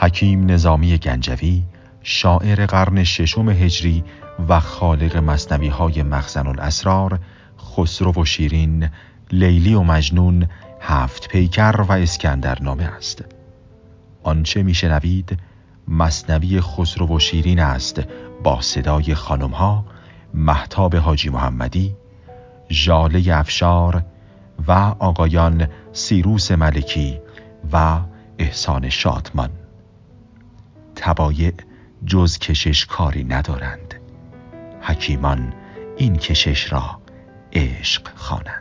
حکیم نظامی گنجوی، شاعر قرن ششم هجری و خالق مثنوی‌های مخزن الاسرار، خسرو و شیرین، لیلی و مجنون، هفت پیکر و اسکندرنامه است. آنچه میشنوید مثنوی خسرو و شیرین است با صدای خانم‌ها مهتاب حاجی محمدی، ژاله افشار و آقایان سیروس ملکی و احسان شادمان. طبایع جز کشش کاری ندارند. حکیمان این کشش را عشق خوانند.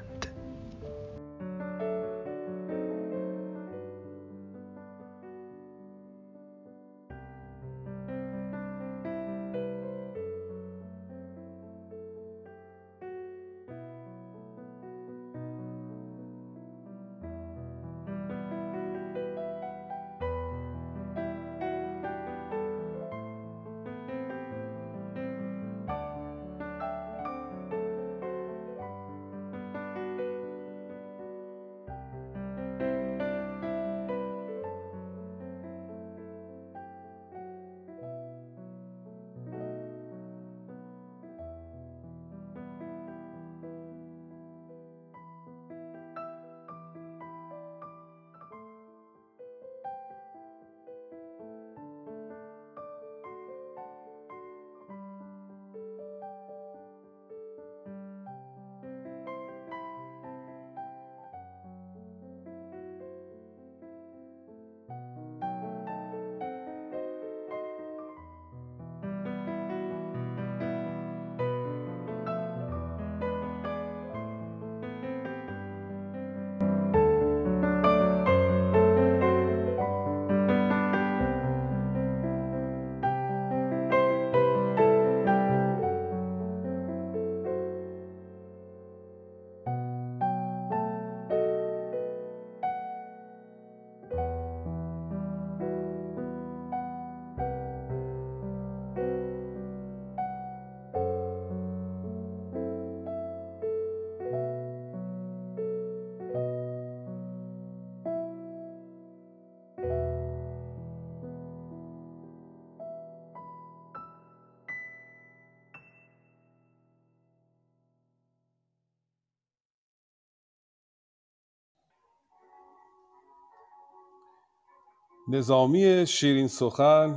نظامی شیرین سخن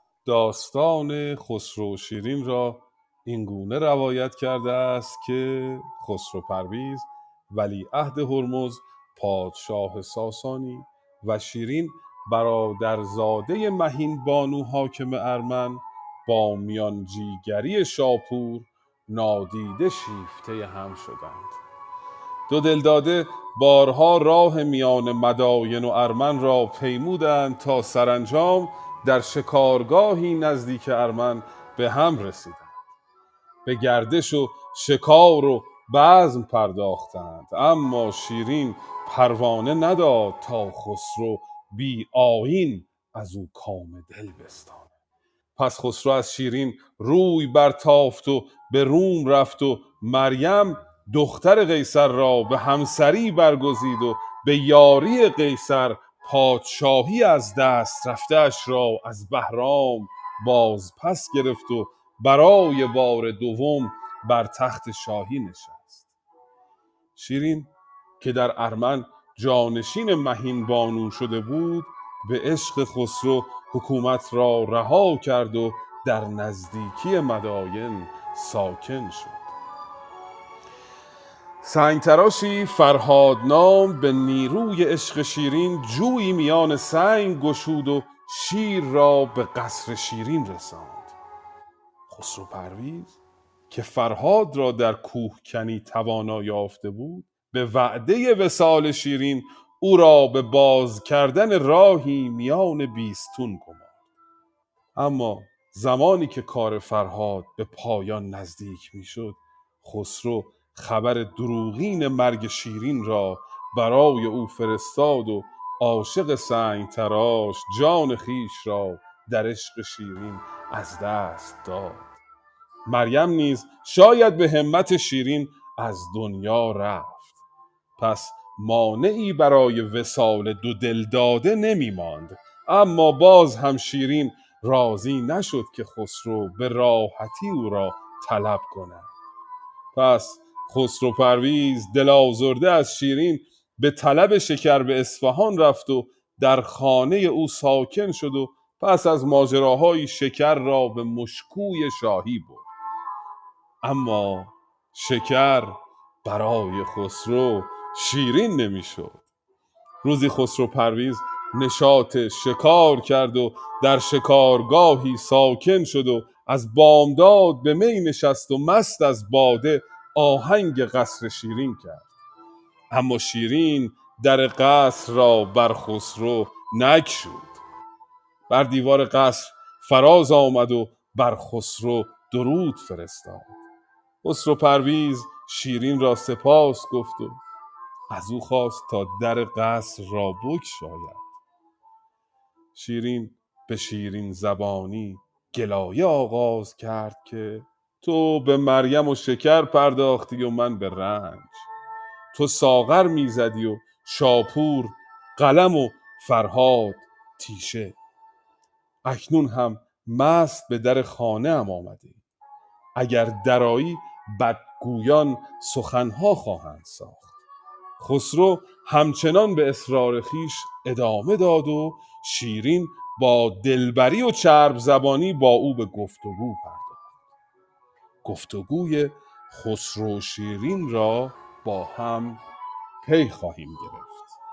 داستان خسرو و شیرین را اینگونه روایت کرده است که خسرو پرویز ولیعهد هرمز پادشاه ساسانی و شیرین برادرزاده مهین بانو حاکم ارمن با میانجیگری شاپور نادیده شیفته هم شدند. دو دلداده بارها راه میان مداین و ارمن را پیمودند تا سرانجام در شکارگاهی نزدیک ارمن به هم رسیدند. به گردش و شکار و بزم پرداختند، اما شیرین پروانه نداد تا خسرو بی آیین از او کام دل بستاند. پس خسرو از شیرین روی برتافت و به روم رفت و مریم دختر قیصر را به همسری برگزید و به یاری قیصر پادشاهی از دست رفته‌اش را از بهرام باز پس گرفت و برای بار دوم بر تخت شاهی نشست. شیرین که در ارمن جانشین مهین بانو شده بود، به عشق خسرو حکومت را رها کرد و در نزدیکی مداین ساکن شد. سنگتراشی فرهاد نام به نیروی عشق شیرین جویی میان سنگ گشود و شیر را به قصر شیرین رساند. خسرو پرویز که فرهاد را در کوهکنی توانا یافته بود، به وعده وصال شیرین او را به باز کردن راهی میان بیستون گمارد. اما زمانی که کار فرهاد به پایان نزدیک میشد، خسرو خبر دروغین مرگ شیرین را برای او فرستاد و عاشق سنگ تراش جان خیش را در عشق شیرین از دست داد. مریم نیز شاید به همت شیرین از دنیا رفت. پس مانعی برای وصال دو دل داده نمی ماند اما باز هم شیرین راضی نشد که خسرو به راحتی او را طلب کند. پس خسرو پرویز دل آزرده از شیرین به طلب شکر به اصفهان رفت و در خانه او ساکن شد و پس از ماجراهای شکر را به مشکوی شاهی برد. اما شکر برای خسرو شیرین نمیشد. روزی خسرو پرویز نشاط شکار کرد و در شکارگاهی ساکن شد و از بامداد به می نشست و مست از باده آهنگ قصر شیرین کرد. اما شیرین در قصر را بر خسرو نگشود. بر دیوار قصر فراز آمد و بر خسرو درود فرستاد. خسرو پرویز شیرین را سپاس گفت و از او خواست تا در قصر را بگشاید. شیرین به شیرین زبانی گلایه آغاز کرد که تو به مریم و شکر پرداختی و من به رنج. تو ساغر میزدی و شاپور قلم و فرهاد تیشه. اکنون هم مست به در خانه ام آمده. اگر درایی بدگویان سخنها خواهند ساخت. خسرو همچنان به اصرار خیش ادامه داد و شیرین با دلبری و چرب زبانی با او به گفتگو پرداخت. گفتگوی خسرو و شیرین را با هم پی خواهیم گرفت.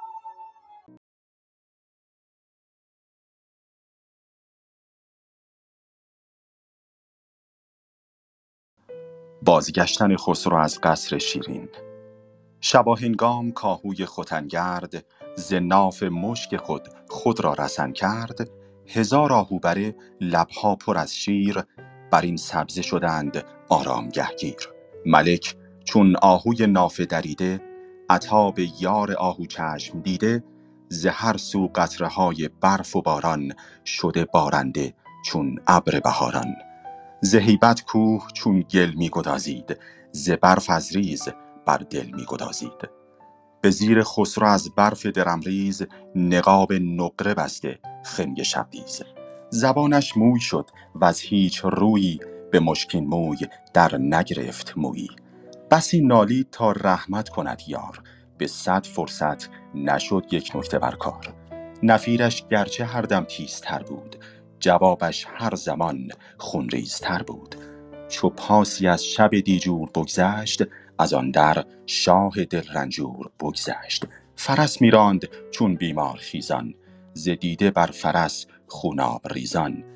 بازگشتن خسرو از قصر شیرین. شباهنگام کاهوی ختنگرد ز ناف مشک خود را رسن کرد. 1000 آهوبره لبها پر از شیر بر این سبزه شدند آرامگه گیر. ملک چون آهوی نافه دریده عطا به یار آهو چشم دیده. ز هر سو قطره های برف و باران شده بارنده چون ابر بهاران. ز هیبت کوه چون گل می گدازید ز برف از ریز بر دل می گدازید. به زیر خسرو از برف درمریز نقاب نقره بسته خنگ شبدیز. زبانش موی شد و از هیچ رویی به مشکین موی در نگرفت مویی. بسی نالید تا رحمت کند یار به 100 فرصت نشد یک نکته بر کار. نفیرش گرچه هر دم تیزتر بود جوابش هر زمان خونریزتر بود. چو پاسی از شب دیجور بگذشت از آن در شاه دل رنجور بگذشت. فرس میراند چون بیمار خیزان ز دیده بر فرس خوناب ریزان.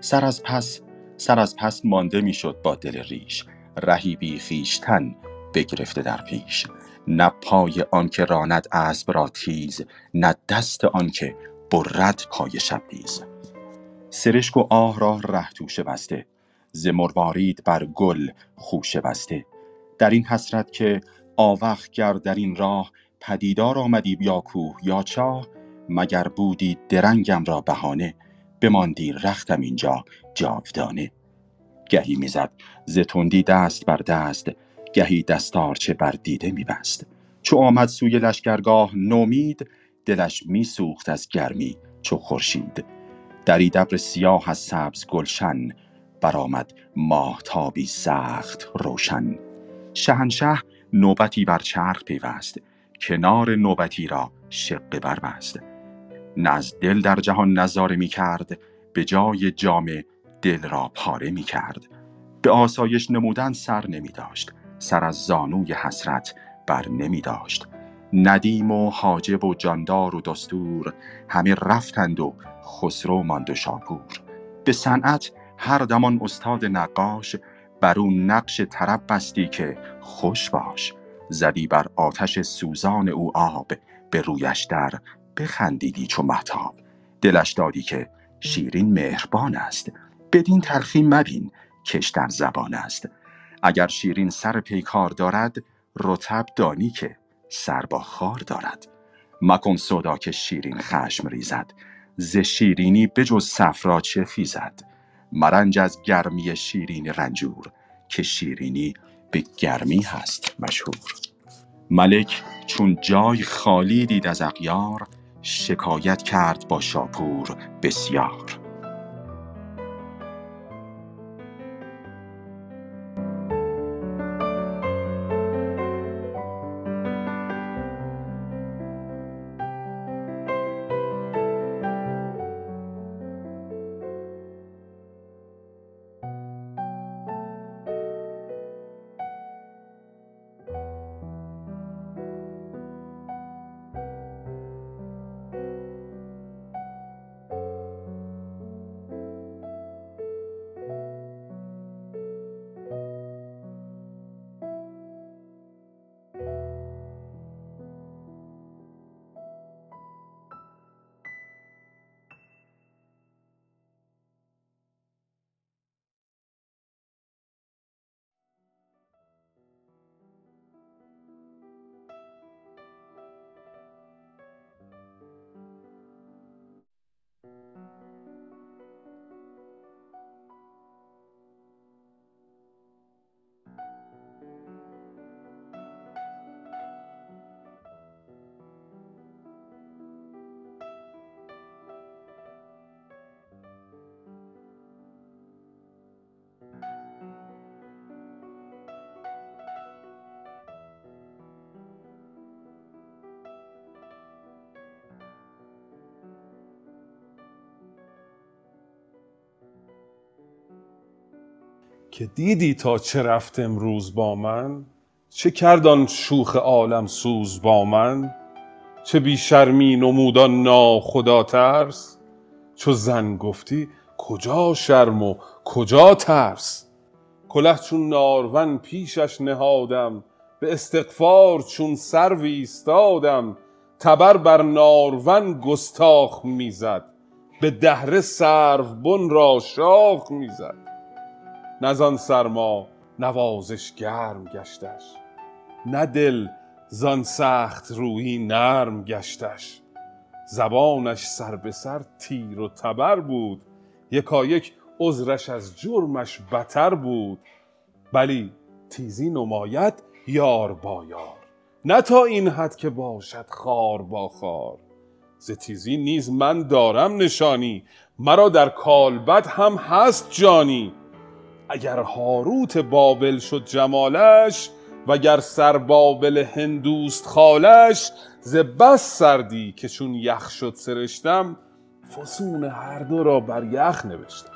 سر از پس مانده میشد با دل ریش رهی بی خویشتن بگرفته در پیش. نه پای آنکه راند اسب را تیز نه دست آنکه برد پای شبدیز. سرشک و آه را ره توشه بسته ز مروارید بر گل خوشه بسته. در این حسرت که آوخ گر در این راه پدیدار آمدی یا کوه یا چاه. مگر بودی درنگم را بهانه بماندی رختم اینجا جاودانه. گهی میزد ز تندی دست بر دست گهی دستارچه بر دیده میبست. چو آمد سوی لشکرگاه نومید دلش میسوخت از گرمی چو خورشید. درید ابر سیاه از سبز گلشن برآمد ماهتابی سخت روشن. شهنشه نوبتی بر چرخ پیوست کنار نوبتی را شقه بربست. نه از دل در جهان نظاره می کرد به جای جامه دل را پاره می کرد. به آسایش نمودن سر نمی داشت سر از زانوی حسرت بر نمی داشت. ندیم و حاجب و جاندار و دستور همه رفتند و خسرو ماند و شاپور. به صنعت هر دمان استاد نقاش بر اون نقش طرب بستی که خوش باش. زدی بر آتش سوزان او آب به رویش در بخندیدی چو مهتاب. دلش دادی که شیرین مهربان است بدین تلخی مبین کش در زبان است. اگر شیرین سر پیکار دارد رطب دانی که سر با خار دارد. مکن سودا که شیرین خشم ریزد ز شیرینی بجز صفرا چه خیزد. مرنج از گرمی شیرین رنجور که شیرینی به گرمی هست مشهور. ملک چون جای خالی دید از اغیار شکایت کرد با شاپور بسیار. که دیدی تا چه رفت امروز با من، چه کرد آن شوخ عالم سوز با من، چه بی شرمی نمود آن ناخدا ترس، چو زن گفتی کجا شرم و کجا ترس. کله چون نارون پیشش نهادم، به استغفار چون سرو ایستادم، تبر بر نارون گستاخ میزد، به دهره سروبن را شاخ میزد. نه زان سرما نوازش گرم گشتش، نه دل زان سخت رویی نرم گشتش. زبانش سر به سر تیر و تبر بود، یکایک عذرش از جرمش بتر بود. بلی تیزی نماید یار با یار، نه تا این حد که باشد خار با خار. ز تیزی نیز من دارم نشانی، مرا در کالبد هم هست جانی. اگر هاروت بابل شد جمالش، وگر سر بابل هندوست خالش. ز بس سردی که چون یخ شد سرشتم، فسون هر دو را بر یخ نوشتم.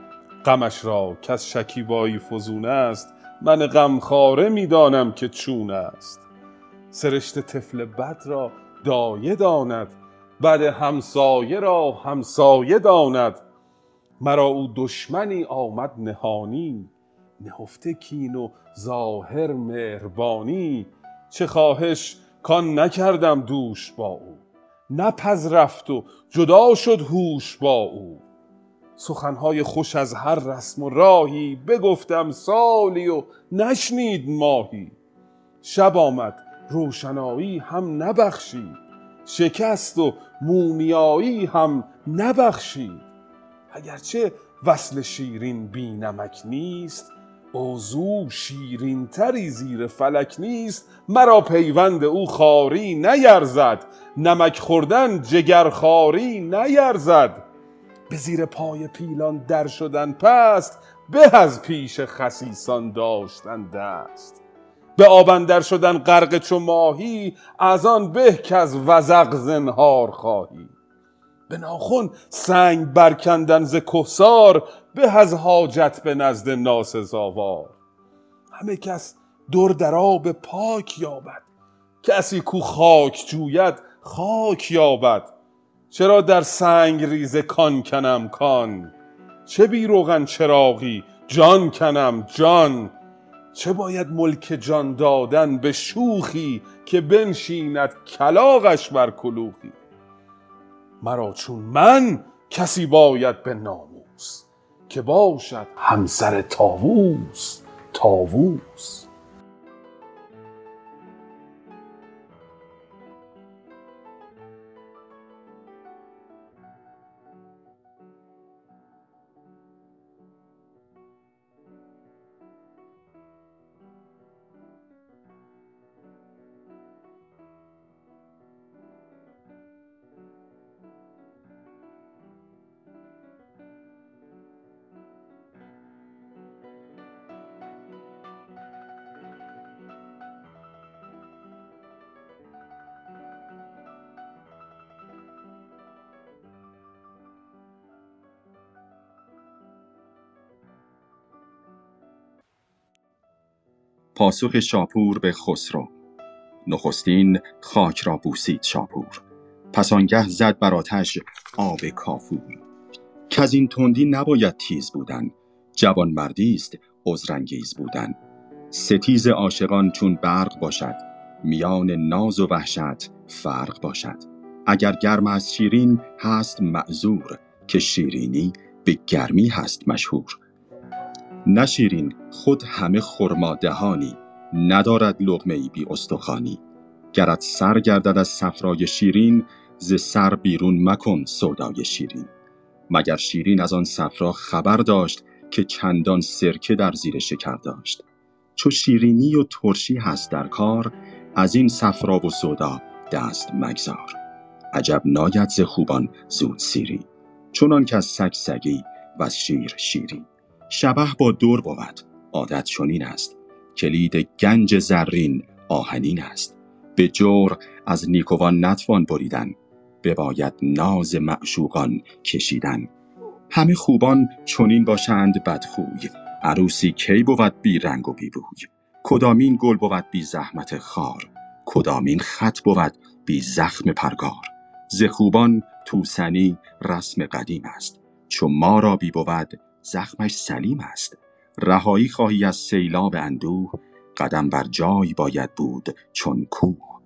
غمش را کز شکیبایی فزون است، من غمخواره می دانم که چون است. سرشت طفل بد را دایه داند، بد همسایه را همسایه داند. مرا او دشمنی آمد نهانی، نهفته کین و ظاهر مهربانی. چه خواهش کان نکردم دوش با او، نپذرفت و جدا شد هوش با او. سخنهای خوش از هر رسم و راهی، بگفتم سالی و نشنید ماهی. شب آمد روشنایی هم نبخشید، شکست و مومیایی هم نبخشید. اگرچه وصل شیرین بی نمک نیست، اوزو شیرین تری زیر فلک نیست. مرا پیوند او خواری نیرزد، نمک خوردن جگرخواری نیرزد. به زیر پای پیلان در شدن پست، به از پیش خسیسان داشتن دست. به آب اندر شدن غرق چو ماهی، از آن به کز وزغ زنهار خواهی. به ناخن سنگ برکندن ز کهسار، به از حاجت به نزد ناسزاوار. همه کس در در آب پاک یابد، کسی کو خاک جوید خاک یابد. چرا در سنگ ریزه کان کنم کان، چه بی روغن چراغی جان کنم جان. چه باید ملک جان دادن به شوخی، که بنشیند کلاغش بر کلوخی. مرا چون من کسی باید به ناموس، که باشد همسر طاووس طاووس. پاسخ شاپور به خسرو. نخستین خاک را بوسید شاپور، پس آنگه زد بر آتش آب کافور. کز این تندی نباید تیز بودن، جوان مردی است عذرانگیز بودن. ستیز عاشقان چون برق باشد، میان ناز و وحشت فرق باشد. اگر گرم است شیرین هست معذور، که شیرینی به گرمی هست مشهور. نه شیرین خود همه خرما دهانی، ندارد لقمه‌ای بی استخوانی. گرت سر گردد از صفرای شیرین، ز سر بیرون مکن سودای شیرین. مگر شیرین از آن صفرا خبر داشت، که چندان سرکه در زیر شکر داشت. چو شیرینی و ترشی هست در کار، از این صفرا و سودا دست مگذار. عجب ناید ز خوبان زود سیری، چنان که از سگ سگی و از شیر شیری. شبه با دور بود عادت چنین است، کلید گنج زرین آهنین است. به جور از نیکوان نتوان بریدن، بباید ناز معشوقان کشیدن. همه خوبان چنین باشند بدخوی، عروسی کی بود بی رنگ و بی بوی. کدامین گل بود بی زحمت خار، کدامین خط بود بی زخم پرگار. ز خوبان توسنی رسم قدیم است، چو ما را بی بود زخمش سلیم است. رهایی خواهی از سیلاب اندوه، قدم بر جای باید بود چون کوه.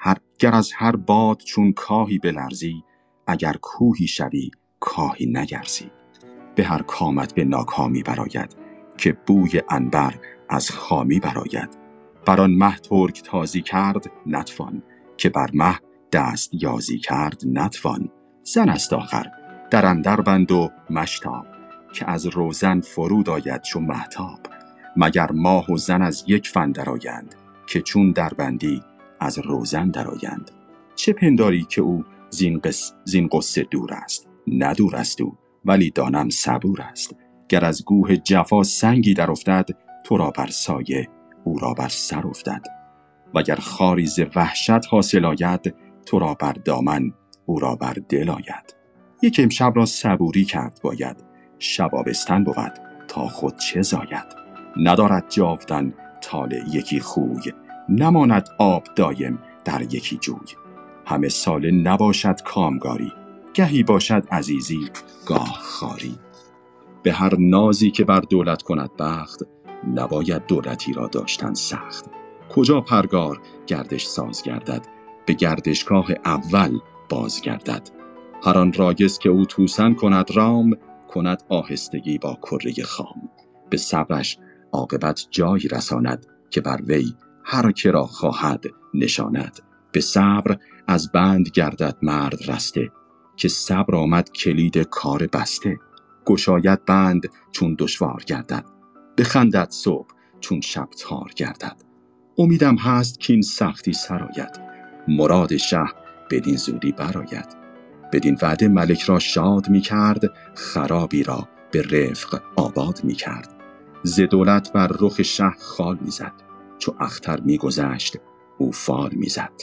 گر از هر باد چون کاهی بلرزی، اگر کوهی شوی کاهی نگرزی. به هر کامت به ناکامی براید، که بوی عنبر از خامی براید. بر آن مه ترک تازی کرد نتوان، که بر مه دست یازی کرد نتوان. زن است آخر در اندر بند و مشتاب، که از روزن فرود آید چو مهتاب. مگر ماه و زن از یک فن درآیند، که چون در بندی از روزن درآیند. چه پنداری که او زین غصه دور است؟ نه دور است او، ولی دانم صبور است. گر از گوه جفا سنگی در افتد، تو را بر سایه او را بر سر افتد. وگر خاری ز وحشت حاصل آید، تو را بر دامن او را بر دل آید. یک امشب را صبوری کرد باید، شب آبستن بود تا خود چه زاید. ندارد جاودان طالع یکی خوی، نماند آب دایم در یکی جوی. همه ساله نباشد کامگاری، گهی باشد عزیزی گاه خواری. به هر نازی که بر دولت کند بخت، نباید دولتی را داشتن سخت. کجا پرگار گردش ساز گردد، به گردشگاه اول باز گردد. هر آن رایض که او توسن کند رام، کند آهستگی با کره خام. به صبرش عاقبت جایی رساند، که بر وی هر که را خواهد نشاند. به صبر از بند گردد مرد رسته، که صبر آمد کلید کار بسته. گشاید بند چون دشوار گردد، بخندد صبح چون شب تار گردد. امیدم هست که این سختی سرآید، مراد شه بدین زودی برآید. بدین وعده ملک را شاد می کرد، خرابی را به رفق آباد می کرد. ز دولت بر رخ شه خال می زد، چو اختر می گذشت او فال می زد.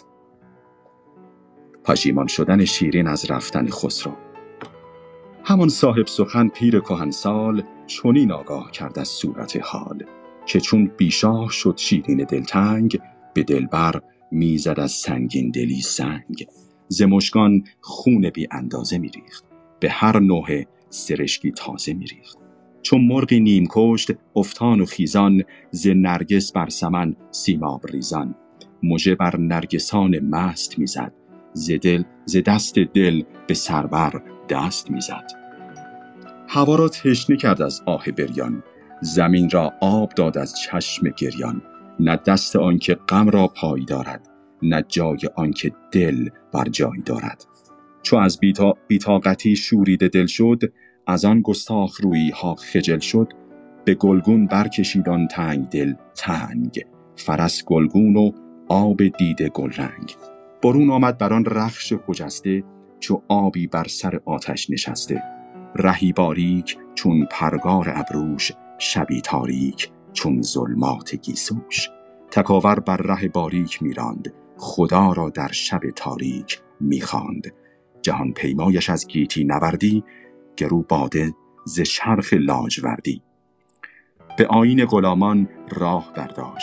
پشیمان شدن شیرین از رفتن خسرو. همان صاحب سخن پیر کهنسال، چنین آگاه کرد از صورت حال. که چون بیشاه شد شیرین دلتنگ، به دلبر میزد از سنگین دلی سنگ. ز مژگان خون بی اندازه میریخت، به هر نوحه سرشکی تازه میریخت. چون مرغی نیم کشت افتان و خیزان، ز نرگس بر سمن سیماب ریزان. مژه بر نرگسان مست میزد، ز دست دل به سربر دست میزد. هوا را تشنه کرد از آه بریان، زمین را آب داد از چشم گریان. نه دست آن که غم را پای دارد، نه جای آن که دل بر جای دارد. چو از بی‌طاقتی شوریده دل شد، از آن گستاخ رویی ها خجل شد. به گلگون برکشید آن تنگ دل تنگ، فرس گلگون و آب دیده گلرنگ. برون آمد بر آن رخش خجسته، چو آبی بر سر آتش نشسته. رهی باریک چون پرگار ابروش، شبی تاریک چون ظلمات گیسوش. تکاور بر ره باریک میراند، خدا را در شب تاریک میخواند. جهان پیمایش از گیتی نوردی، گرو باده ز چرخ لاجوردی. به آیین غلامان راه برداشت،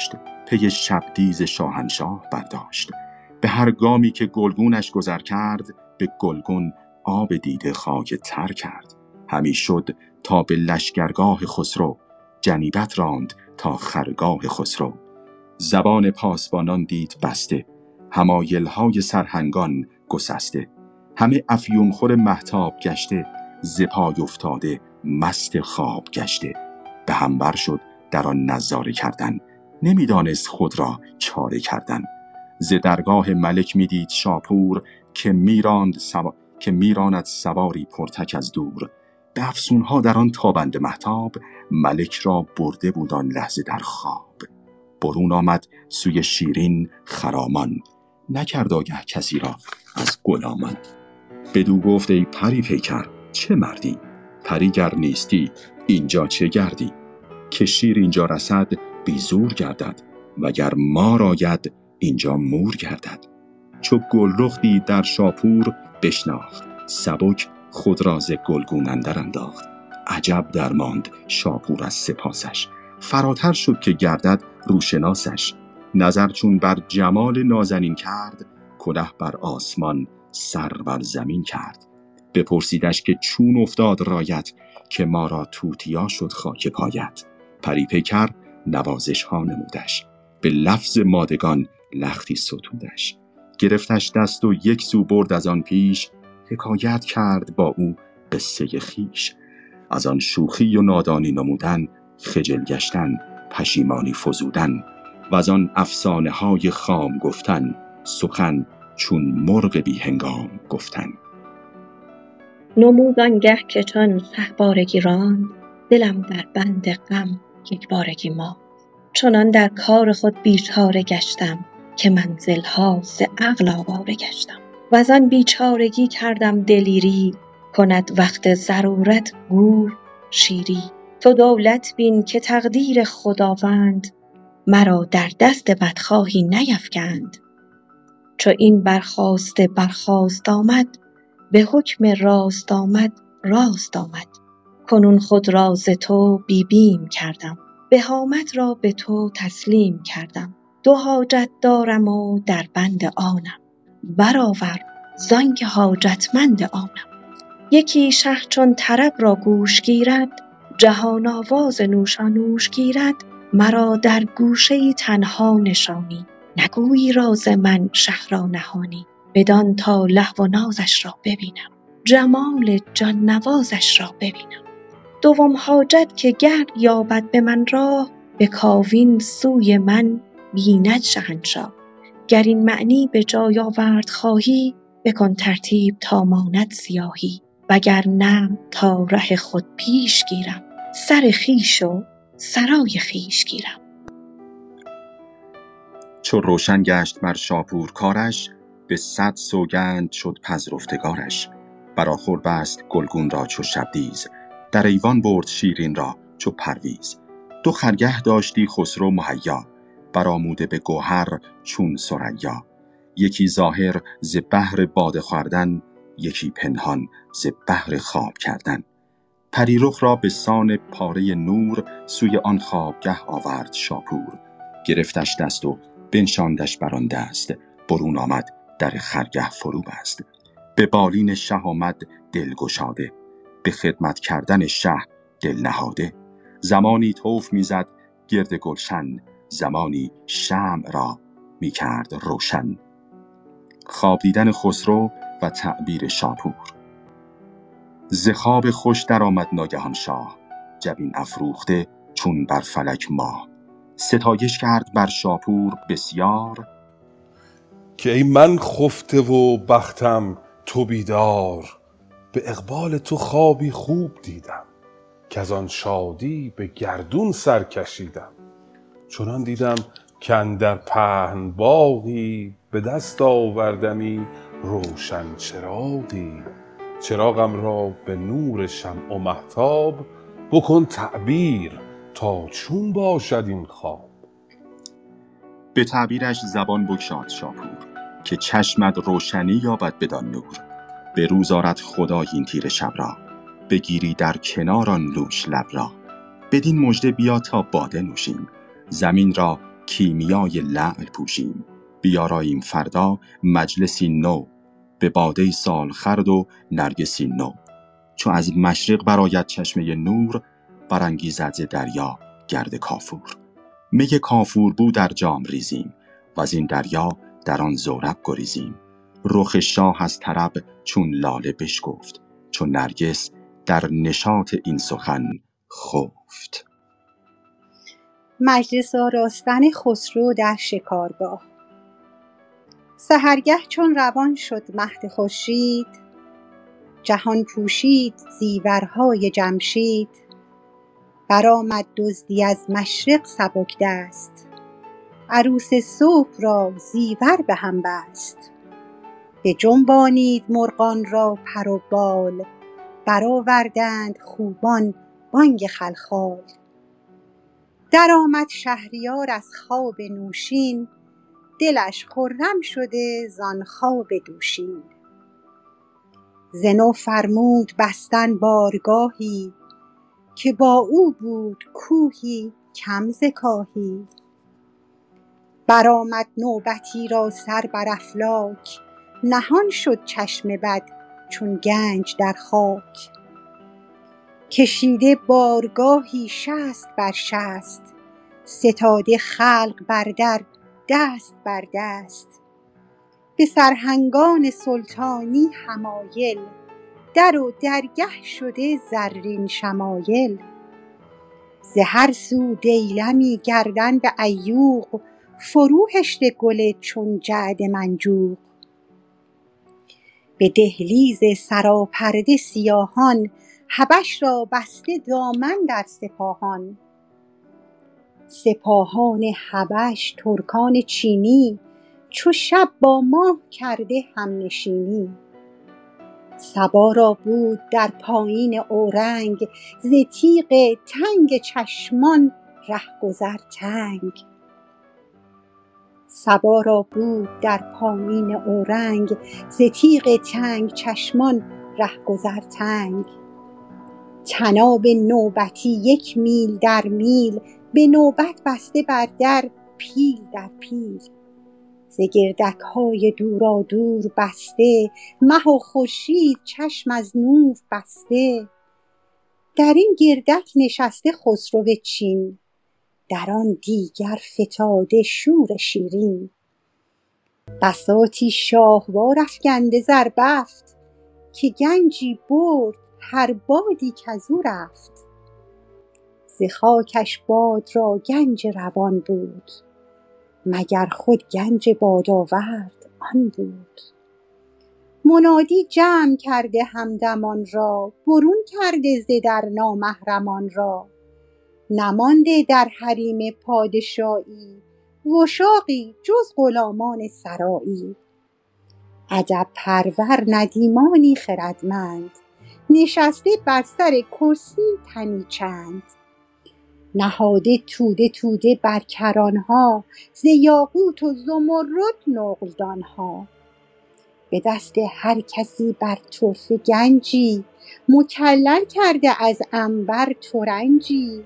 پی شبدیز شاهنشاه برداشت. به هر گامی که گلگونش گذر کرد، به گلگون آب دیده خاک تر کرد. همی شد تا به لشکرگاه خسرو، جنیبت راند تا خرگاه خسرو. زبان پاسبانان دید بسته، حمایلهای سرهنگان گسسته. همه افیونخور مهتاب گشته، ز پای افتاده مست خواب گشته. به هم بر شد در آن نظاره کردن، نمیدانست خود را چاره کردن. ز درگاه ملک میدید شاپور، که میراند سواری پرتک از دور. به افسونها در آن تابنده مهتاب، ملک را برده بود آن لحظه در خواب. برون آمد سوی شیرین خرامان، نکرد آگه کسی را از غلامان. بدو گفت ای پری پیکر چه مردی؟ پری گر نیستی اینجا چه گردی؟ که شیر اینجا رسد بی زور گردد، وگر مار آید اینجا مور گردد. چو گلرخ دید در شاپور بشناخت، سبک خود را ز گلگون اندر انداخت. عجب درماند شاپور از سپاسش، فراتر شد که گردد روشناسش. نظر چون بر جمال نازنین کرد، کله بر آسمان سر بر زمین کرد. بپرسیدش که چون افتاد رایت، که ما را توتیا شد خاک پایت. پری پیکر نوازش ها نمودش، به لفظ مادگان لختی ستودش. گرفتش دست و یک سو برد از آن پیش، حکایت کرد با او قصه خویش. از آن شوخی و نادانی نمودن، خجل گشتن پشیمانی فزودن. و از آن افسانه های خام گفتن، سخن چون مرغ بی هنگام گفتن. نمود آنگه که چون شهبارگی راند، دلم در بند غم یک بارگی ماند. چنان در کار خود بیچاره گشتم، که منزلها ز عقل آواره گشتم. وزان بیچارگی کردم دلیری، کند وقت ضرورت گور شیری. تو دولت بین که تقدیر خداوند، مرا در دست بدخواهی نیفکند. چو این برخاست آمد، به حکم راست آمد راست آمد. کنون خود را ز تو بی بیم کردم، بهامت را به تو تسلیم کردم. دو حاجت دارم و در بند آنم، برآور زانکه حاجتمند آنم. یکی شه چون طرب را گوش گیرد، جهان آواز نوشانوش گیرد. مرا در گوشه‌ای تنها نشانی، نگویی راز من شه را نهانی. بدان تا لهو و نازش را ببینم، جمال جان نوازش را ببینم. دوم حاجت که گر یابد به من راه، به کاوین سوی من بیند شهنشاه. گر این معنی به جای آورد خواهی، بکن ترتیب تا ماند سیاهی. وگر نه تا ره خود پیش گیرم، سر خویش و سرای خویش گیرم. چو روشن گشت بر شاپور کارش، به 100 سوگند شد پذرفتگارش. برآخور بست گلگون را چو شبدیز، در ایوان برد شیرین را چو پرویز. 2 خرگه داشتی خسرو مهیا، برآموده به گوهر چون ثریا. یکی ظاهر ز بهر باده خوردن، یکی پنهان ز بهر خواب کردن. پریرخ را به سان پاره نور، سوی آن خوابگه آورد شاپور. گرفتش دست و بنشاندش بر آن دست، برون آمد در خرگه فرو بست. به بالین شه آمد دل گشاده، به خدمت کردن شه دل نهاده. زمانی طوف میزد گرد گلشن، زمانی شمع را میکرد روشن. خواب دیدن خسرو و تعبیر شاپور. ز خواب خوش در آمد ناگهان شاه، جبین افروخته چون بر فلک ماه. ستایش کرد بر شاپور بسیار، که ای من خفته و بختم تو بیدار. به اقبال تو خوابی خوب دیدم، که از آن شادی به گردون سر کشیدم. چنان دیدم که اندر پهن باغی، به دست آوردمی روشن چراغی. چراغم را به نور شمع و مهتاب، بکن تعبیر تا چون باشد این خواب. به تعبیرش زبان بگشاد شاپور، که چشمت روشنی یابد بدان نور. به روز آرد خدای این تیره شب را، بگیری در کنار آن لوش لب را. بدین مژده بیا تا باده نوشیم، زمین را کیمیای لعل پوشیم. بیاراییم فردا مجلسی نو، به باده سال خرد و نرگسی نو. چو از مشرق برآید چشمه نور، برانگیزد ز دریا گرد کافور. می کافور بو در جام ریزیم، وز این دریا در آن زورق گریزیم. رخ شاه از طرب چون لاله بشکفت، چون نرگس در نشاط این سخن خفت. مجلس آراستن خسرو در شکارگاه. سحرگه چون روان شد مهد خورشید، جهان پوشید زیورهای جمشید. برآمد دزدی از مشرق سبک دست، عروس صبح را زیور به هم بست. بجنبانید مرغان را پر و بال، برآوردند خوبان بانگ خلخال. درآمد شهریار از خواب نوشین، دلش خرم شده زان خواب دوشین. ز نو فرمود بستن بارگاهی، که با او بود کوهی کم ز کاهی. برآمد نوبتی را سر بر افلاک، نهان شد چشم بد چون گنج در خاک. کشیده بارگاهی 60 بر 60، ستاده خلق بر در دست بر دست. به سرهنگان سلطانی حمایل، در و درگه شده زرین شمایل. ز هر سو دیلمی گردن به عیوق، فرو هشته گل چون جعد منجوق. به دهلیز سراپرده سیاهان، حبش را بسته دامن در سپاهان. سپاهان حبش ترکان چینی، چو شب با ماه کرده همنشینی. صبا را بود در پایین اورنگ، ز تیغ تنگ چشمان رهگذر تنگ. صبا را بود در پایین اورنگ، ز تیغ تنگ چشمان رهگذر تنگ. طناب نوبتی 1 میل در میل، به نوبت بسته بر در پیل در پیل. ز گردکهای دورادور بسته، مه و خورشید چشم از نور بسته. در این گردک نشسته خسرو چین، در آن دیگر فتاده شور شیرین. بساطی شاهوار افکنده زربفت، که گنجی برد هر بادی کزو رفت. ز خاکش باد را گنج روان بود، مگر خود گنج بادآورد آن بود. منادی جمع کرده همدمان را، برون کرده ز در نامحرمان را. نمانده در حریم پادشاهی، وشاقی جز غلامان سرایی. ادب پرور ندیمانی خردمند، نشسته بر سر کرسی تنی چند. نهاده توده توده بر کرانها، ز یاقوت و زمرد نقلدانها. به دست هر کسی بر طرفه گنجی، مکلل کرده از عنبر ترنجی.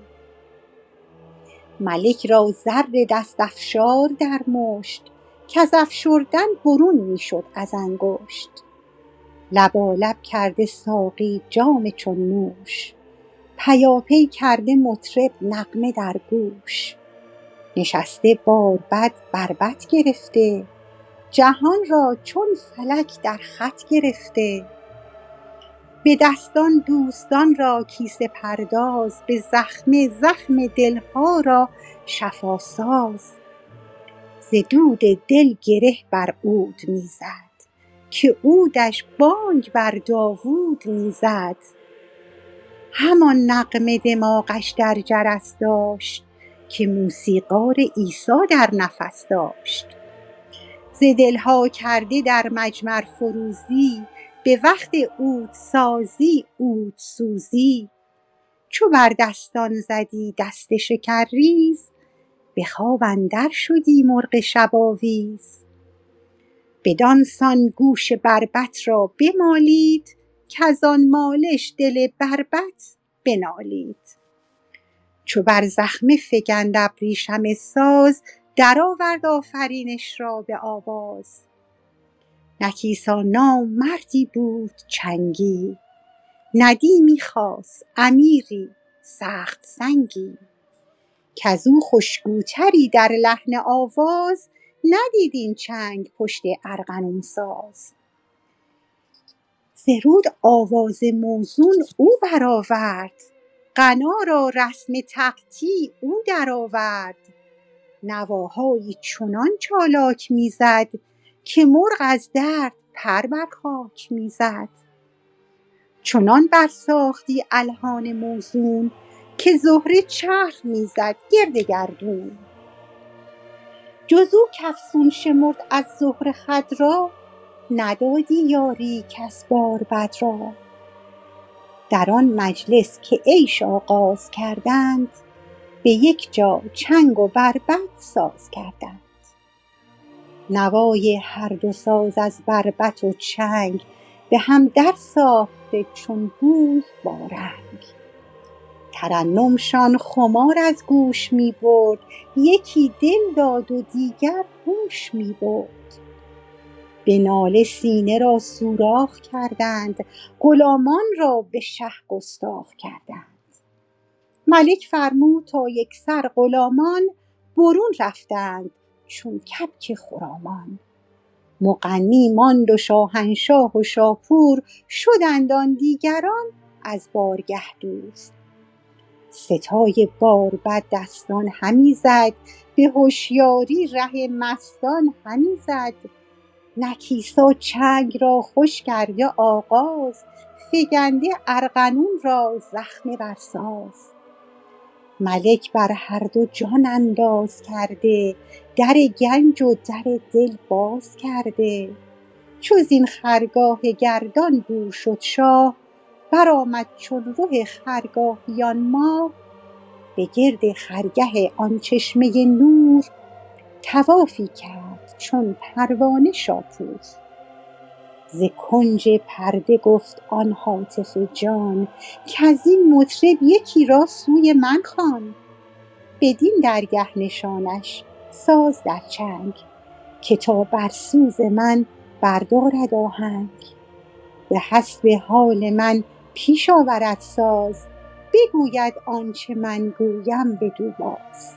ملک را زر دست افشار در مشت، کز افشردن برون می شد از انگشت. لبالب کرده ساقی جام چون نوش، پیاپی کرده مطرب نغمه در گوش. نشسته باربد بربط گرفته، جهان را چون فلک در خط گرفته. به دستان دوستان را کیسه پرداز، به زخمه زخم دلها را شفاساز. ز دود دل گره بر عود می زد، که عودش بانگ بر داوود می زد. همان نغمه دماغش در جرس داشت، که موسیقار عیسی در نفس داشت. ز دلها کرده در مجمر فروزی، به وقت عودسازی عودسوزی. چو بر دستان زدی دست شکرریز، به خواب اندر شدی مرغ شب آویز. بدان سان گوش بربط را بمالید، کز آن مالش دل بربط بنالید. چو بر زخمه فگند ابریشم ساز، درآورد آفرینش را به آواز. نکیسا نام مردی بود چنگی، ندیمی خاص امیری سخت سنگی. کزو خوشگوتری در لحن آواز، ندید این چنگ پشت ارغنون ساز. ز رود آواز موزون او برآورد، غنا را رسم تقطیع او درآورد. نواهایی چنان چالاک میزد، که مرغ از درد پر بر خاک میزد. چنان برساختی الحان موزون، که زهره چرخ میزد گرد گردون. جز او کافسون شمرد از زهره خود را، ندادی یاری کس باربد را. در آن مجلس که عیش آغاز کردند، به یک جا چنگ و بربط ساز کردند. نوای هر دو ساز از بربط و چنگ، به هم در ساخته چون گوی با رنگ. ترنمشان خمار از گوش می برد، یکی دل داد و دیگر هوش می برد. به ناله سینه را سوراخ کردند، غلامان را به شه گستاخ کردند. ملک فرمود تا یکسر غلامان، برون رفتند چون کبک خرامان. مغنی ماند و شاهنشاه و شاپور، شدند آن دیگران از بارگه دور. ستای باربد دستان همی زد، به هوشیاری ره مستان همی زد. نکیسا چنگ را خوش کرده آغاز، فگنده ارغنون را زخمه بر ساز. ملک بر هر دو جان انداز کرده، در گنج و در دل باز کرده. چو زین خرگاه گردان دور شد شاه، برآمد چون رخ خرگاهیان ماه. به گرد خرگه آن چشمه نور، طوافی کرد چون پروانه شاپور. ز کنج پرده گفت آن هاتف جان، کزین مطرب یکی را سوی من خوان. بدین درگه نشانش ساز در چنگ، که تا بر سوز من بردارد آهنگ. به حسب حال من پیش آورد ساز، بگوید آنچه من گویم بدو باز.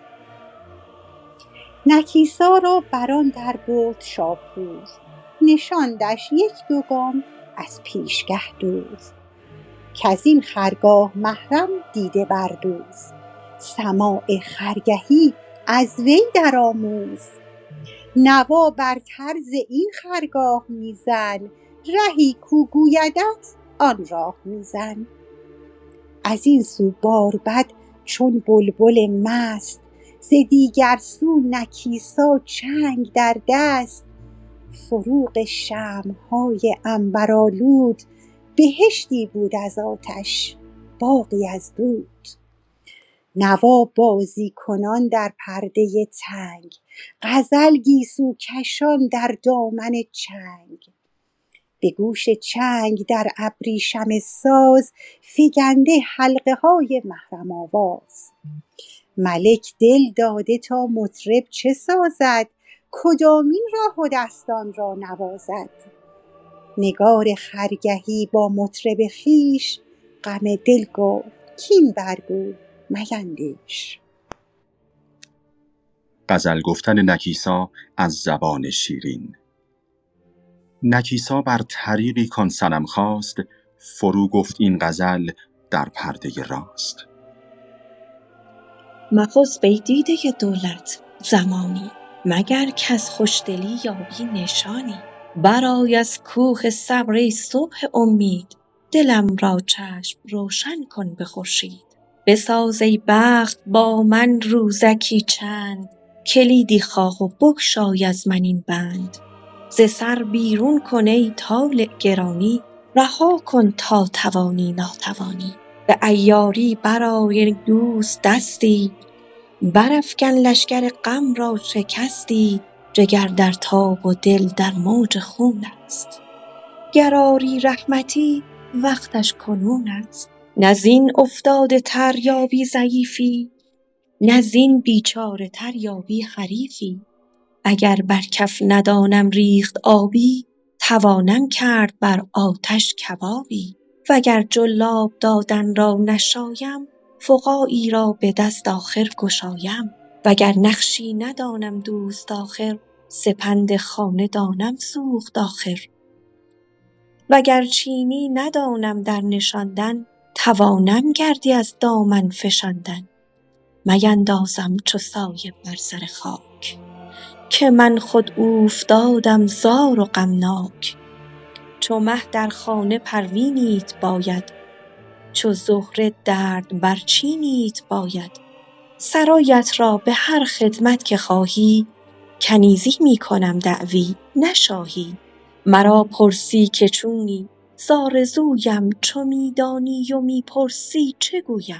نکیسا را بران در برد شاپور، نشاندش یک دو گام از پیشگه دور. کزین خرگاه محرم دیده بردوز، سماع خرگهی از وی درآموز. نوا بر طرز این خرگاه میزن، رهی کو گویدت آن راه میزن. از این سو باربد چون بلبل مست، ز دیگر سو نکیسا چنگ در دست. فروغ شمعهای عنبرآلود، بهشتی بود از آتش باغی از دود. نوا بازی کنان در پرده تنگ، غزل گیسو کشان در دامن چنگ. به گوش چنگ در ابریشم ساز، فگنده حلقه های محرم آواز. ملک دل داده تا مطرب چه سازد، کدامین راه و دستان را نوازد. نگار خرگهی با مطرب خویش، غم دل گفت کین برگو میندیش. غزل گفتن نکیسا از زبان شیرین. نکیسا بر طریقی کان صنم خواست، فرو گفت این غزل در پرده راست. مخسب ای دیده دولت زمانی، مگر کز خوشدلی یابی نشانی. برآی از کوه صبر ای صبح امید، دلم را چشم روشن کن به خورشید. بساز ای بخت با من روزکی چند، کلیدی خواه و بگشای از من این بند. ز سر بیرون کن ای طالع گرانی، رها کن تا توانی ناتوانی. به عیاری برآی ای دوست دستی، برافکن لشکر غم را شکستی. جگر در تاب و دل در موج خون است، گر آری رحمتی وقتش کنون است. نه زین افتاده تر یابی ضعیفی، نه زین بیچاره تر یابی حریفی. اگر بر کف ندانم ریخت آبی، توانم کرد بر آتش کبابی. وگر جلاب دادن را نشایم، فقاعی را به دست آخر گشایم. وگر نقشی ندانم دوست آخر، سپند خانه دانم سوخت آخر. وگر چینی ندانم در نشاندن، توانم گردی از دامن فشاندن. میندازم چو سایه بر سر خاک، که من خود اوفتادم زار و غمناک. چو مه در خانه پروینیت باید، چو زهره درد برچینیت باید. سرایت را به هر خدمت که خواهی، کنیزی می کنم دعوی نه شاهی. مرا پرسی که چونی، زآرزویم چو می دانی و می پرسی چه گویم.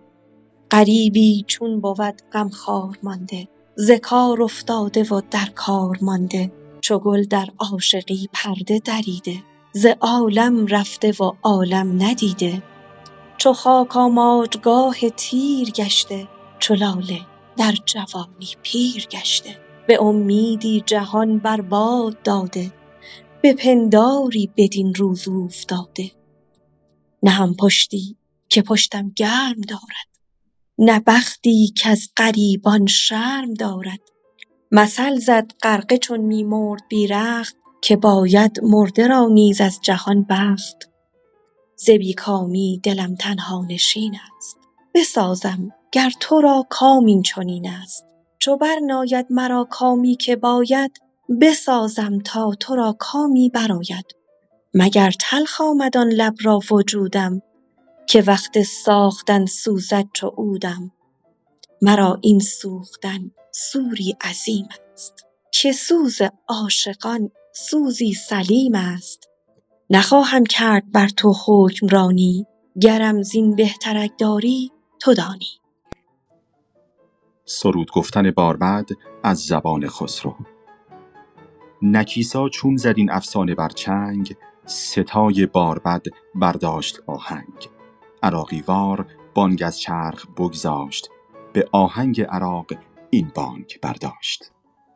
غریبی چون بود غمخوار مانده، ز کار افتاده و در کار مانده. چو گل در عاشقی پرده دریده، ز عالم رفته و عالم ندیده. چو خاک آماجگاه تیر گشته، چو لاله در جوانی پیر گشته. به امیدی جهان بر باد داده، به پنداری بدین روز اوفتاده. نهم پشتی که پشتم گرم دارد، نه بختی کز غریبان شرم دارد. مثل زد غرقه چون می مرد بی رخت، که باید مرده را نیز از جهان بخت. ز بیکامی دلم تنها نشین است، بسازم گر تو را کام این چنین است. چو برناید مرا کامی که باید، بسازم تا تو را کامی برآید. مگر تلخ آمد آن لب را وجودم، که وقت ساختن سوزد چو عودم. مرا این سوختن سوری عظیم است، که سوز عاشقان سوزی سلیم است. نخواهم کرد بر تو حکمرانی، گرم زین بهترک داری تو دانی. سرود گفتن باربد از زبان خسرو. نکیسا چون زد این افسانه بر چنگ، ستای باربد برداشت آهنگ. عراقی وار بانگ از چرخ بگذاشت، به آهنگ عراق این بانگ برداشت.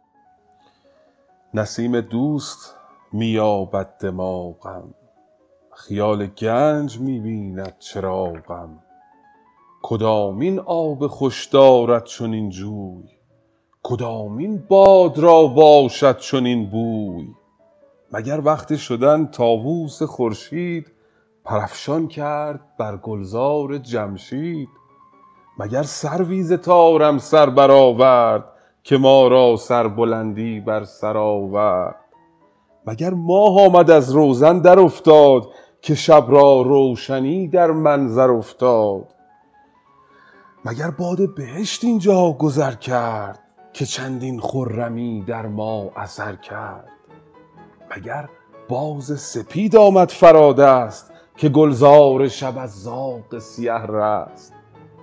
نسیم دوست میابد دماغم، خیال گنج میبیند چراغم. کدامین آب خوش دارد چنین جوی، کدامین باد را باشد چنین بوی. مگر وقت شدن طاووس خورشید، پرافشان کرد بر گلزار جمشید. مگر سروی ز طارم سر برآورد، که ما را سربلندی بر سر آورد. مگر ماه آمد از روزن در افتاد، که شب را روشنی در منظر افتاد. مگر باد بهشت اینجا گذر کرد، که چندین خرمی در ما اثر کرد. مگر باز سپید آمد فرادست، که گلزار شب از زاغ سیه رست.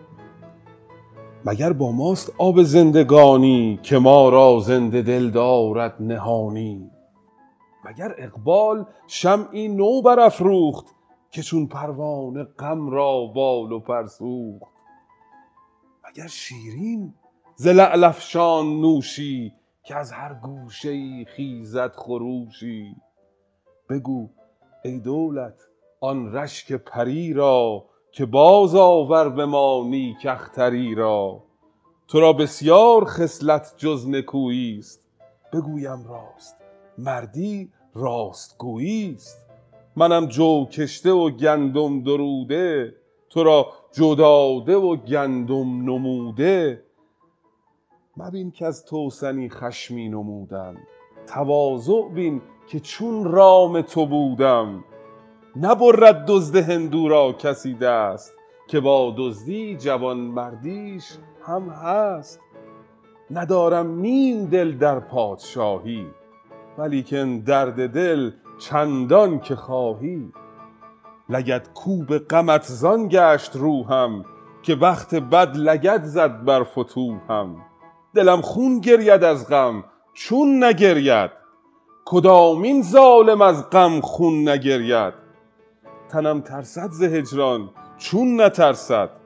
مگر با ماست آب زندگانی، که ما را زنده دل دارد نهانی. مگر اقبال شمعی نو برافروخت، که چون پروانه غم را بال و پر سوخت. مگر شیرین ز لعل افشان نوشی، که از هر گوشه‌ای خیزد خروشی. بگو ای دولت آن رشک پری را، که باز آور به ما نیک اختری را. تو را بسیار خصلت جز نکویی است، بگویم راست مردی راستگویی است. منم جو کشته و گندم دروده، تو را جو داده و گندم نموده. مبین که از توسنی خشمی نمودم، تواضع بین که چون رام تو بودم. نبرد دزد هندو را کسی دست، که با دزدی جوان مردیش هم هست. ندارم نیم دل در پادشاهی، ولیکن درد دل چندان که خواهی. لگد کوب غمت زان گشت روحم، که بخت بد لگد زد بر فتوحم. دلم خون گرید از غم چون نگرید، کدامین ظالم از غم خون نگرید. تنم ترسد ز هجران چون نترسد،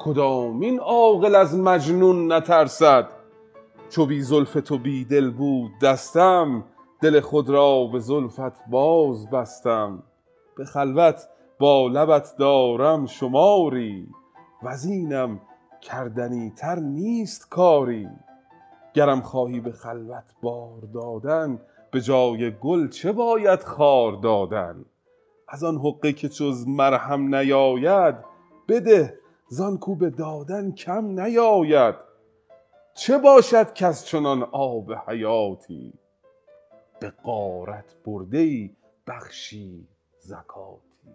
کدامین عاقل از مجنون نترسد؟ چو بی زلف تو بی دل بود دستم، دل خود را به زلفت باز بستم. به خلوت با لبت دارم شماری، وزینم کردنی تر نیست کاری. گرم خواهی به خلوت بار دادن، به جای گل چه باید خار دادن؟ از آن حقه که جز مرهم نیاید، بده زان کو به دادن کم نیاید. چه باشد کز چنان آب حیاتی، به غارت برده‌ای بخشی زکاتی.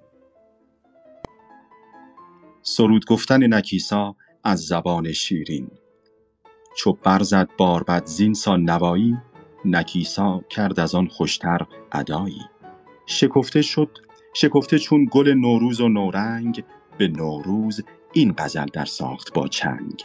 سرود گفتن نکیسا از زبان شیرین. چو برزد باربد زین سان نوایی، نکیسا کرد از آن خوشتر ادایی. شکفته چون گل نوروز و نورنگ، به نوروز این غزل در ساخت با چنگ.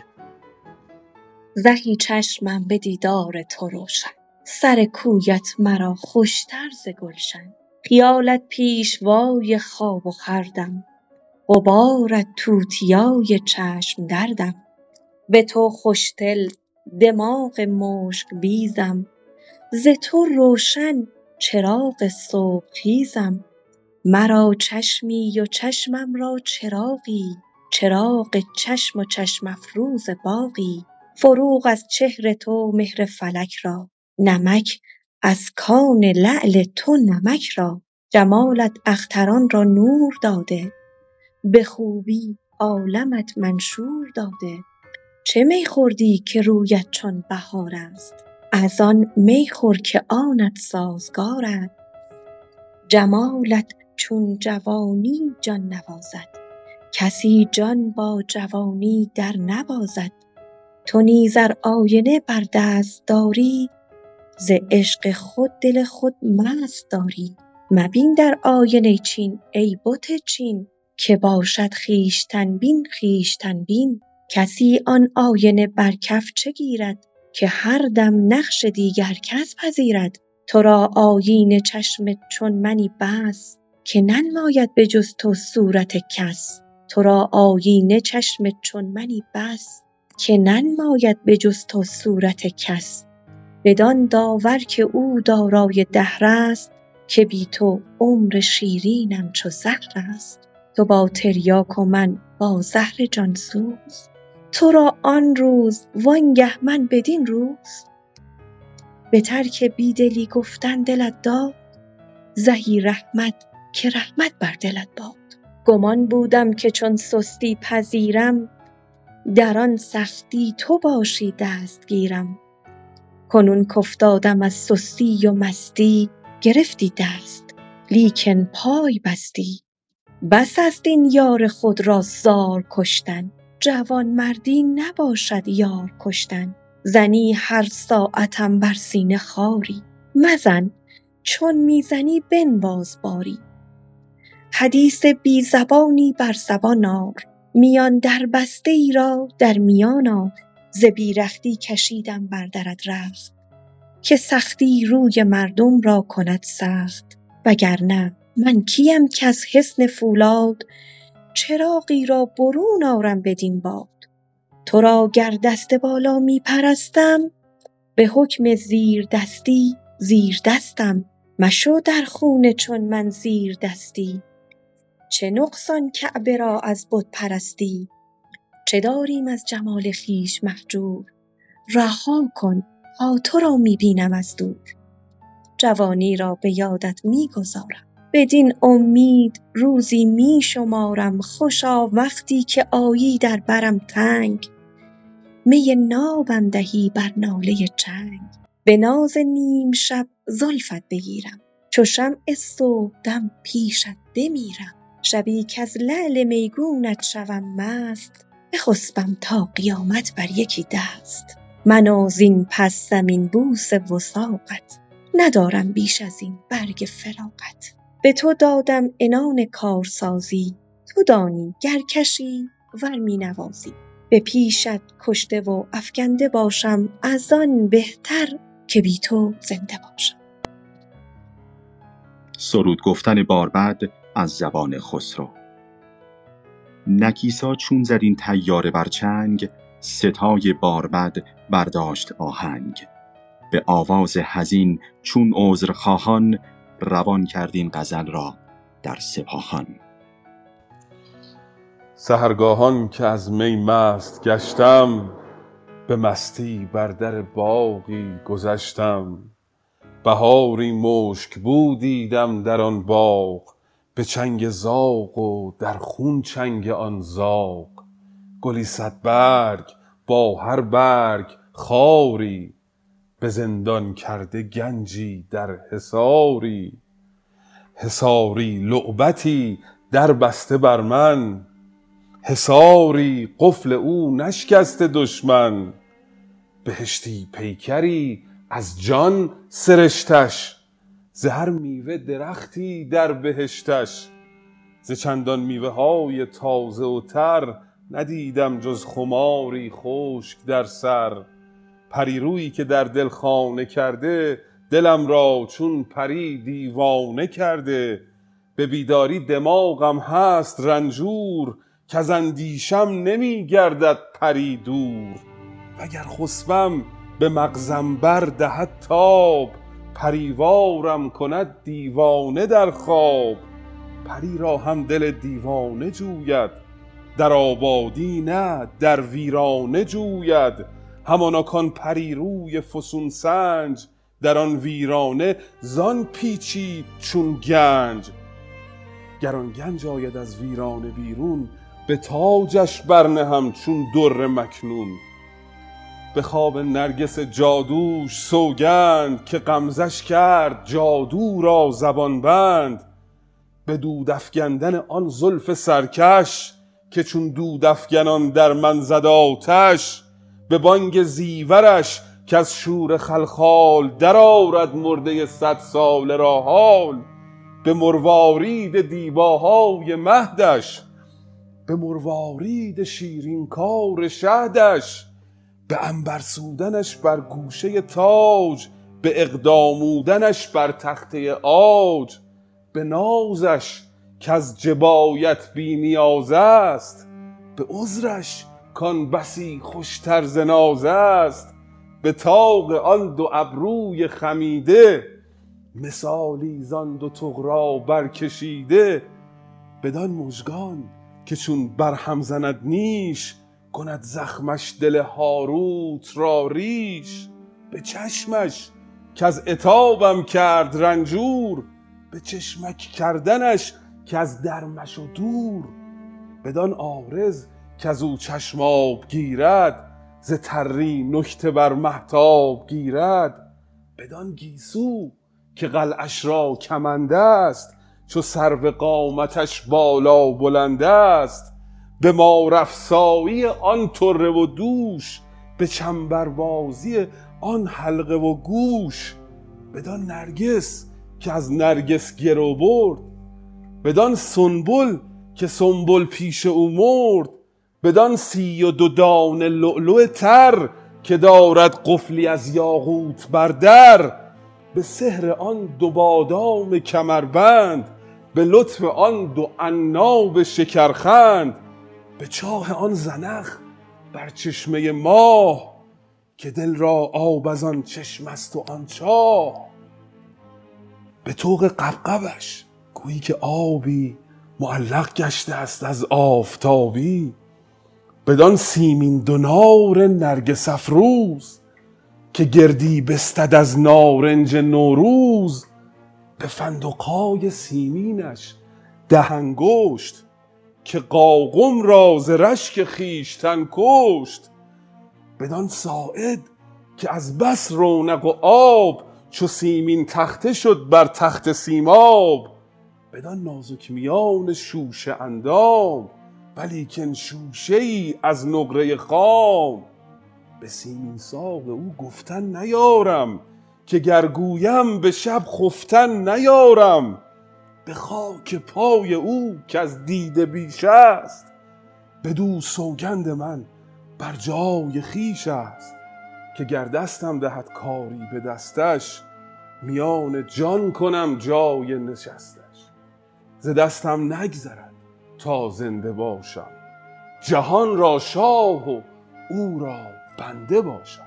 زهی چشمم به دیدار تو روشن، سر کویت مرا خوشتر ز گلشن. خیالت پیشوای خواب و خردم، غبارت توتیای چشم دردم. به تو خوشدل دماغ مشک بیزم، ز تو روشن چراغ صبح خیزم. مرا چشمی و چشمم را چراغی، چراغ چشم و چشم افروز باغی. فروغ از چهر تو مهر فلک را، نمک از کان لعل تو نمک را. جمالت اختران را نور داده، به خوبی عالمت منشور داده. چه می خوردی که رویت چون بهار است، از آن می خور که آنت سازگار است. جمالت چون جوانی جان نوازد، کسی جان با جوانی در نبازد. تو نیز ار آینه بر دست داری، ز عشق خود دل خود مست داری. مبین در آینه چین ای بت چین، که باشد خویشتن بین خویشتن بین. کسی آن آینه بر کف چه گیرد، که هر دم نقش دیگر کس پذیرد. تو را آیینه چشم چون منی بس، که ننماید به جز تو صورت کس. تو را آیینه چشم چون منی بس، که ننماید به جز تو صورت کس. بدان داور که او دارای دهر است، که بی تو عمر شیرینم چو زهر است. تو با تریاک و من با زهر جانسوز، تو را آن روز وانگه من بدین روز. به ترک بیدلی گفتن دلت داد، زهی رحمت که رحمت بر دلت باد. گمان بودم که چون سستی پذیرم، در آن سختی تو باشی دستگیرم. کنون کافتادم از سستی و مستی، گرفتی دست لیکن پای بستی. بس است این یار خود را زار کشتن، جوانمردی نباشد یار کشتن. زنی هر ساعتم بر سینه خاری، مزن چون میزنی بنواز باری. حدیث بی زبانی بر زبان آر، میان در بسته ای را در میان آر. ز بی رختی کشیدم بر درت رخت، که سختی روی مردم را کند سخت. وگرنه من کیم کز حصن فولاد، چراغی را برون آرم بدین باد. تو را گر دست بالا می پرستم، به حکم زیر دستی زیر دستم. مشو در خون چون من زیر دستی، چه نقصان کعبه را از بت پرستی. چه داریم از جمال خویش مهجور، رها کن تا تو را می بینم از دور. جوانی را به یادت می گذارم، بدین امید روزی می شمارم. خوشا وقتی که آیی در برم تنگ، می نابم دهی بر ناله چنگ. به ناز نیم شب زلفت بگیرم، چو شمع صبحدم پیشت بمیرم. شبی کز لعل میگونت شوم مست، بخسبم تا قیامت بر یکی دست. من و زین پس زمین بوس وثاقت، ندارم بیش از این برگ فراقت. به تو دادم عنان کارسازی، تو دانی گر کشی ور می نوازی. به پیشت کشته و افکنده باشم، از آن بهتر که بی تو زنده باشم. سرود گفتن باربد از زبان خسرو. نکیسا چون زد این طیاره بر چنگ، ستای باربد برداشت آهنگ. به آواز حزین چون عذرخواهان، روان کرد این غزل را در سپاهان. سحرگاهان که از می مست گشتم، به مستی بر در باغی گذشتم. بهاری مشک بو دیدم در آن باغ، به چنگ زاغ و در خون چنگ آن زاغ. گلی صد برگ با هر برگ خاری، به زندان کرده گنجی در حصاری. حصاری لعبتی در بسته بر من، حصاری قفل او نشکسته دشمن. بهشتی پیکری از جان سرشتش، ز هر میوه درختی در بهشتش. ز چندان میوه های تازه و تر، ندیدم جز خماری خشک در سر. پری رویی که در دل خانه کرده، دلم را چون پری دیوانه کرده. به بیداری دماغم هست رنجور، کز اندیشم نمی گردد پری دور. وگر خسبم به مغزم بر دهد تاب، پریوارم کند دیوانه در خواب. پری را هم دل دیوانه جوید، در آبادی نه در ویرانه جوید. همانا کان پری روی فسون سنج، در آن ویرانه زان پیچید چون گنج. گر آن گنج آید از ویرانه بیرون، به تاجش برنهم چون در مکنون. به خواب نرگس جادوش سوگند، که غمزش کرد جادو را زبان بند. به دود افگندن آن زلف سرکش، که چون دود افگنان در من زد آتش. به بانگ زیورش که از شور خلخال، در آرد مرده 100 ساله را حال. به مروارید دیباهای مهدش، به مروارید شیرین کار شهدش. به عنبر سودنش بر گوشه تاج، به اقدامودنش بر تخته عاج. به نازش که از جبایت بی نیاز است، به عذرش کان بسی خوشتر ز ناز است. به طاق آن دو ابروی خمیده، مثالی زان دو طغرا برکشیده. بدان مژگان که چون برهم زند نیش، کند زخمش دل هاروت را ریش. به چشمش که از عتابم کرد رنجور، به چشمک کردنش که از درمش و دور. بدان عارض که از او چشم آب گیرد، ز تری نکته بر مهتاب گیرد. بدان گیسو که قلعش را کمند است، چو سرو قامتش بالا بلند است. به مارافسایی آن طره و دوش، به چنبربازی آن حلقه و گوش. بدان نرگس که از نرگس گرو برد، بدان سنبل که سنبل پیش او مرد. بدان 32 دانه لؤلؤ تر، که دارد قفلی از یاقوت بر در. به سحر آن 2 بادام کمربند، به لطف آن 2 عناب شکرخند. به چاه آن زنخ بر چشمه ماه، که دل را آب از آن چشم است و آن چاه. به طوق قبقبش گویی که آبی، معلق گشته است از آفتابی. بدان سیمین 2 نار نرگس افروز، که گردی بستد از نارنج نوروز. به فندقای سیمینش 10 انگشت، که قاقم را ز رشک خویشتن کشت. بدان ساعد که از بس رونق و آب، چو سیمین تخته شد بر تخت سیماب. بدان نازک میان شوشه اندام، ولیکن شوشه ای از نقره خام. به سیمین ساق او گفتن نیارم، که گر گویم به شب خفتن نیارم. به خاک پای او که از دیده بیش است، بدو سوگند من بر جای خویش است. که گر دستم دهد کاری به دستش، میان جان کنم جای نشستش. ز دستم نگذرد تا زنده باشم، جهان را شاه و او را بنده باشم.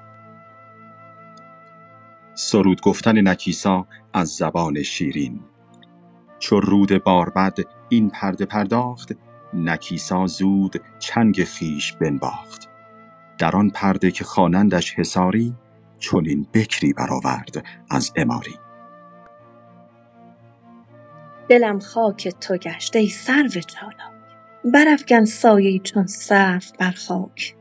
سرود گفتن نکیسا از زبان شیرین. چو رود باربد این پرده پرداخت، نکیسا زود چنگ خویش بنواخت. در آن پرده که خوانندش حصاری، چنین بکری برآورد از عماری. دلم خاک تو گشت ای سرو چالاک، برافکن سایه‌ای چون سرو بر خاک.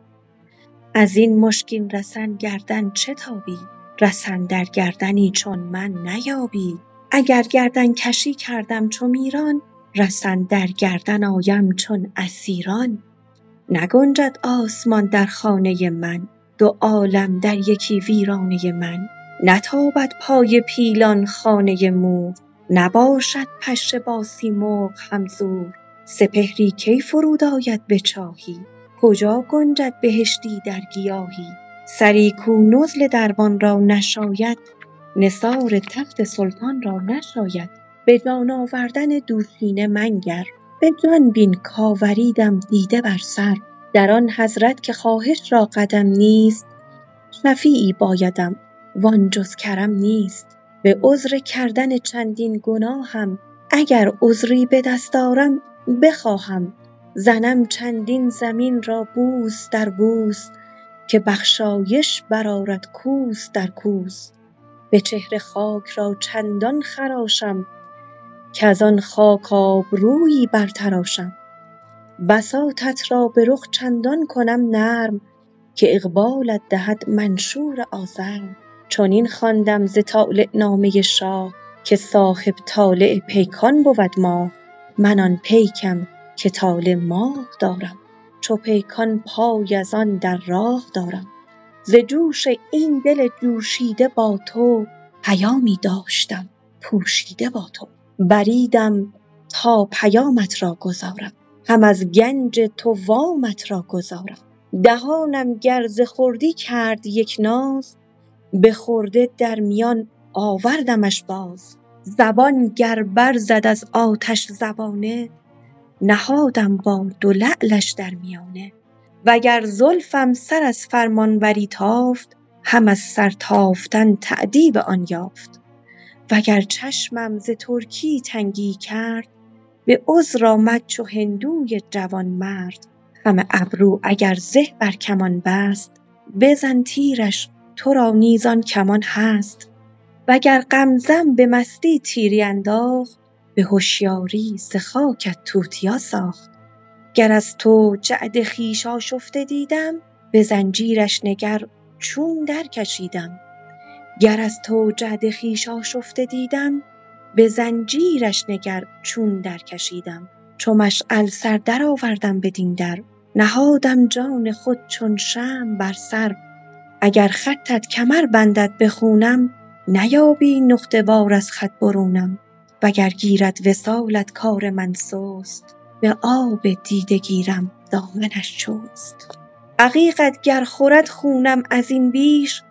از این مشکین رسن گردن چه تابی، رسن در گردنی چون من نیابی. اگر گردن کشی کردم چو میران، رسن در گردن آیم چون اسیران. نگنجد آسمان در خانه من، دو عالم در یکی ویرانه من. نتابد پای پیلان خانه مور، نباشد پشه با سیمرغ هم زور. سپهری کی فرود آید به چاهی، کجا گنجد بهشتی در گیاهی. سری کو نزل دربان را نشاید، نثار تخت سلطان را نشاید. به جان آوردن دوشینه منگر، به جان بین کآوریدم دیده بر سر. در آن حضرت که خواهش را قدم نیست، شفیعی بایدم وان جز کرم نیست. به عذر کردن چندین گناهم، اگر عذری به دست آرم بخواهم. زنم چندین زمین را بوس در بوس، که بخشایش برآرد کوس در کوس. به چهر خاک را چندان خراشم، کز آن خاک آبرویی برتراشم. بساطت را به رخ چندان کنم نرم، که اقبالت دهد منشور آزرم. چنین خواندم ز طالع نامه شاه، که صاحب طالع پیکان بود ماه. من آن پیکم که طالع ماه دارم، چو پیکان پای از آن در راه دارم. ز جوش این دل جوشیده با تو، پیامی داشتم پوشیده با تو. بریدم تا پیامت را گزارم، هم از گنج تو وامت را گزارم. دهانم گر ز خردی کرد یک ناز، به خرده در میان آوردمش باز. زبان گر برزد از آتش زبانه، نهادم با دو لعلش در میانه. وگر زلفم سر از فرمانبری تافت، هم از سر تافتن تأدیب آن یافت. وگر چشمم ز ترکی تنگی کرد، به عذر آمد چو هندوی جوانمرد. خم ابرو اگر زه بر کمان بست، بزن تیرش تو را نیز آن کمان هست. وگر غمزه به مستی تیری انداخت، به هوشیاری ز خاکت توتیا ساخت. گر از تو جعد خویش آشفته دیدم، به زنجیرش نگر چون درکشیدم. گر از تو جعد خویش آشفته دیدم، به زنجیرش نگر چون درکشیدم. چو مشعل سر درآوردم بدین در، نهادم جان خود چون شمع بر سر. اگر خطت کمر بندد به خونم، نیابی نقطه وار از خط برونم. وگر گیرد وصالت کار من سست، به آب دیده گیرم دامنش چست. عقیقت گر خورد خونم از این بیش،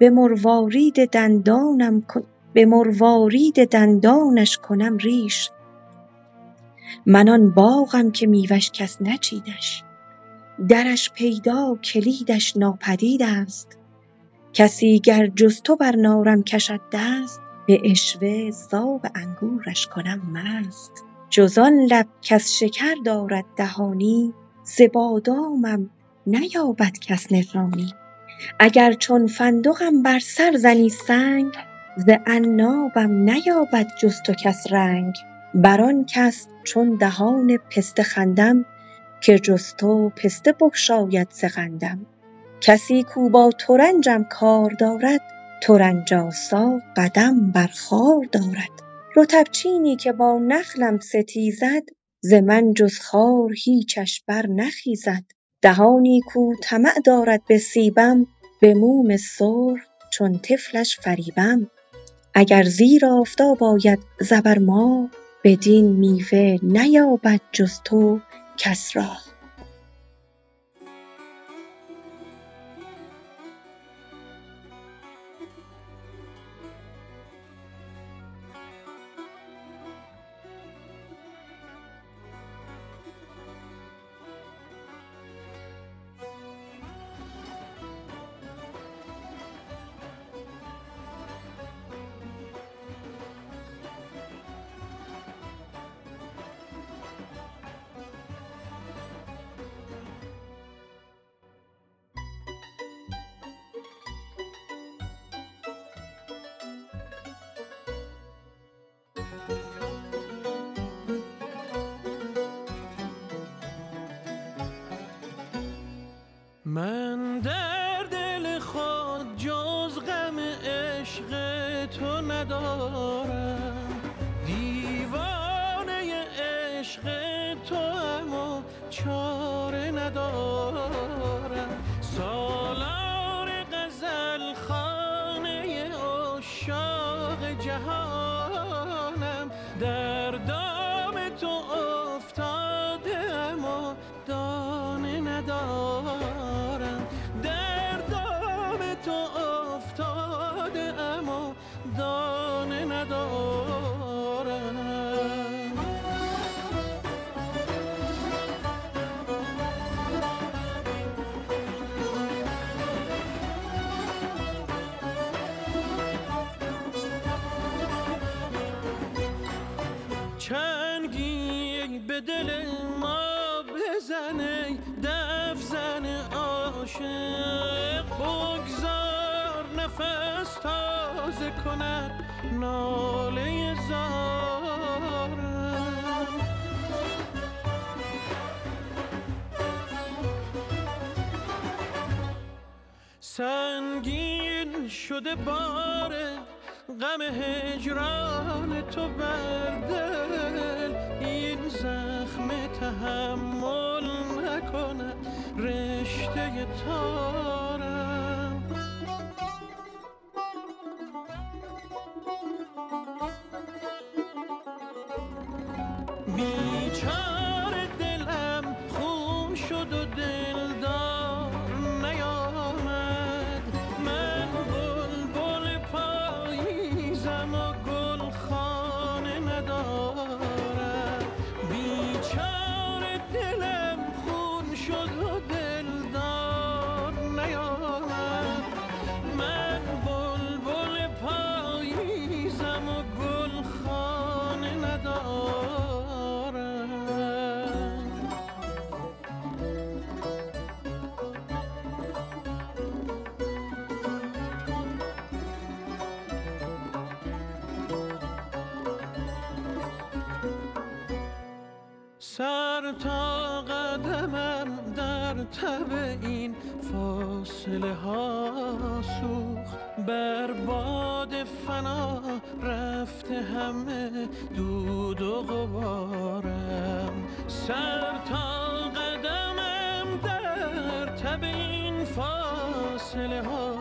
به مروارید دندانش کنم ریش. من آن باغم که میوش کس نچیدش، درش پیدا کلیدش ناپدید است. کسی گر جز تو بر نارم کشد دست، به عشوه زآب انگورش کنم مست. جز آن لب کز شکر دارد دهانی، ز بادامم نیابد کس نشانی. اگر چون فندقم بر سر زنی سنگ، ز عنابم نیابد جز تو کس رنگ. بر آن کس چون دهان پسته خندم، که جز تو پسته بگشاید ز قندم. کسی کو با ترنجم کار دارد، ترنج آسا قدم بر خار دارد. رطب چینی که با نخلم ستیزد، ز من جز خار هیچش بر نخیزد. دهانی کو طمع دارد به سیبم، به موم سرخ چون طفلش فریبم. اگر زیر آفتاب آید زبر ماه، بدین میوه نیابد جز تو کس راه. عشق تو ندارم، دیوانه عشق تو اما چاره ندارم. سالار غزل خانه عشاق جهانم، در دام تو افتاده اما دانه ندارم. در دام تو افتاده اما دانه ندارم. چنگی به دل ما بزنه، دف زن عاشق، بگذار نفس تازه کند ناله زارم. سنگین شده بار غم هجران تو بر دل، این زخم تحمل نکند رشته تارم. بیچاره دلم خون شد و دلدار نیامد، من بلبل پاییزم و گلخانه ندارم. بیچاره دلم خون شد و دلدار نیامد، من بلبل پاییزم و گلخانه ندارم. سر تا قدمم در تب این فاصله ها سوخت، بر باد فنا رفته همه دود و غبارم. سر تا قدمم در تب این فاصله ها